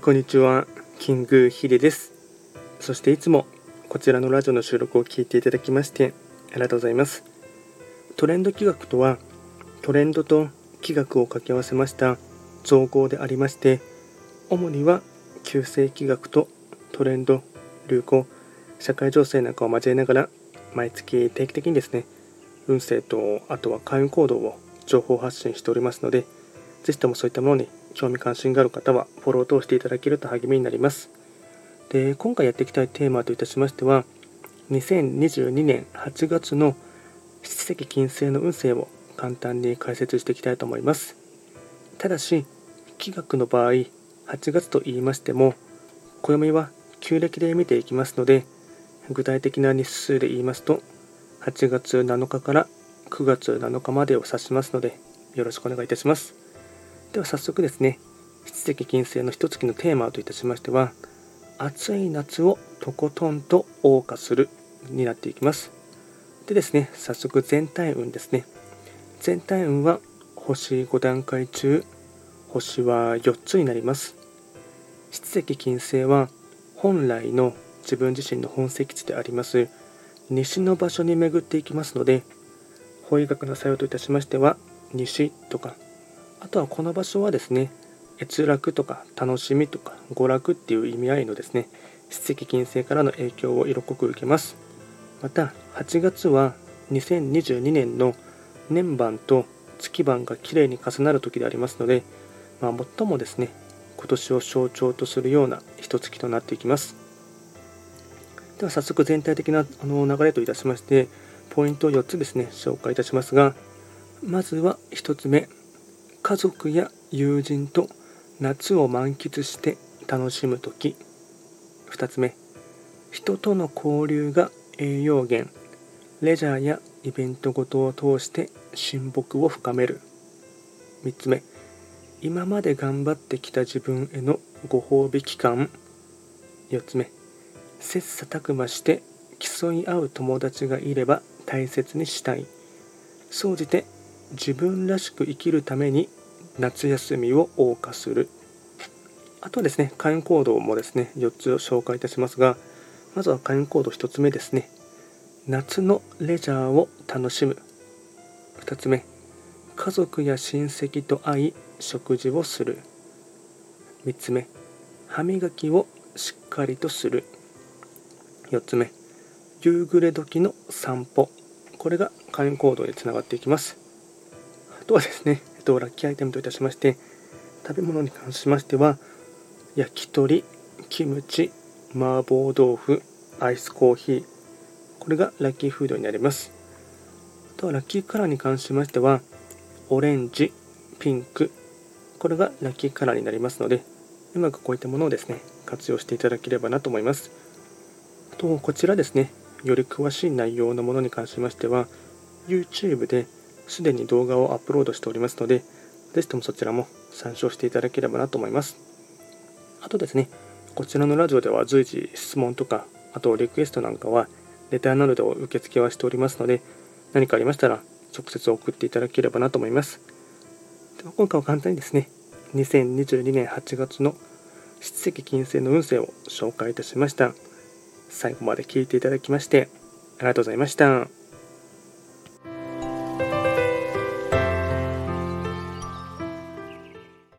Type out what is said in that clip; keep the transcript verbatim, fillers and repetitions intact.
こんにちは、キングヒデです。そしていつもこちらのラジオの収録を聞いていただきましてありがとうございます。トレンド企画とは、トレンドと企画を掛け合わせました造語でありまして、主には旧世企画とトレンド、流行、社会情勢なんかを交えながら、毎月定期的にですね、運勢とあとは開運行動を情報発信しておりますので、ぜひともそういったものに興味関心がある方はフォローを通していただけると励みになります。で、今回やっていきたいテーマといたしましては、にせんにじゅうにねんはちがつの七石金星の運勢を簡単に解説していきたいと思います。ただし、気学の場合、はちがつと言いましても、暦は旧暦で見ていきますので、具体的な日数で言いますと、はちがつなのかからくがつなのかまでを指しますので、よろしくお願いいたします。では早速ですね、七石金星の一月のテーマといたしましては、暑い夏をとことんと謳歌するになっていきます。でですね、早速全体運ですね。全体運は星ごだんかい中、星はよっつになります。七石金星は本来の自分自身の本石地であります西の場所に巡っていきますので、法医学の作用といたしましては、西とか、あとはこの場所はですね、閲楽とか楽しみとか娯楽っていう意味合いのですね、七石金星からの影響を色濃く受けます。またはちがつはにせんにじゅうにねんの年番と月番がきれいに重なる時でありますので、まあ、最もですね、今年を象徴とするような一月となっていきます。では早速全体的なあの流れといたしまして、ポイントをよっつですね、紹介いたしますが、まずはひとつめ、家族や友人と夏を満喫して楽しむとき。ふたつめ、人との交流が栄養源、レジャーやイベントごとを通して親睦を深める。みっつめ、今まで頑張ってきた自分へのご褒美期間。よっつめ、切磋琢磨して競い合う友達がいれば大切にしたい。総じて自分らしく生きるために夏休みを謳歌する。あとはですね、開運行動もですね、よっつを紹介いたしますが、まずは開運行動ひとつめですね。夏のレジャーを楽しむ。ふたつめ、家族や親戚と会い食事をする。みっつめ、歯磨きをしっかりとする。よっつめ、夕暮れ時の散歩。これが開運行動につながっていきます。あとはですね、えっと、ラッキーアイテムといたしまして、食べ物に関しましては、焼き鳥、キムチ、麻婆豆腐、アイスコーヒー、これがラッキーフードになります。あとはラッキーカラーに関しましては、オレンジ、ピンク、これがラッキーカラーになりますので、うまくこういったものをですね、活用していただければなと思います。あと、こちらですね、より詳しい内容のものに関しましては、YouTube ですでに動画をアップロードしておりますので、ぜひともそちらも参照していただければなと思います。あとですね、こちらのラジオでは随時質問とか、あとリクエストなんかはレターなどで受付はしておりますので、何かありましたら直接送っていただければなと思います。では今回は簡単にですね、にせんにじゅうにねんはちがつの七石金星の運勢を紹介いたしました。最後まで聞いていただきましてありがとうございました。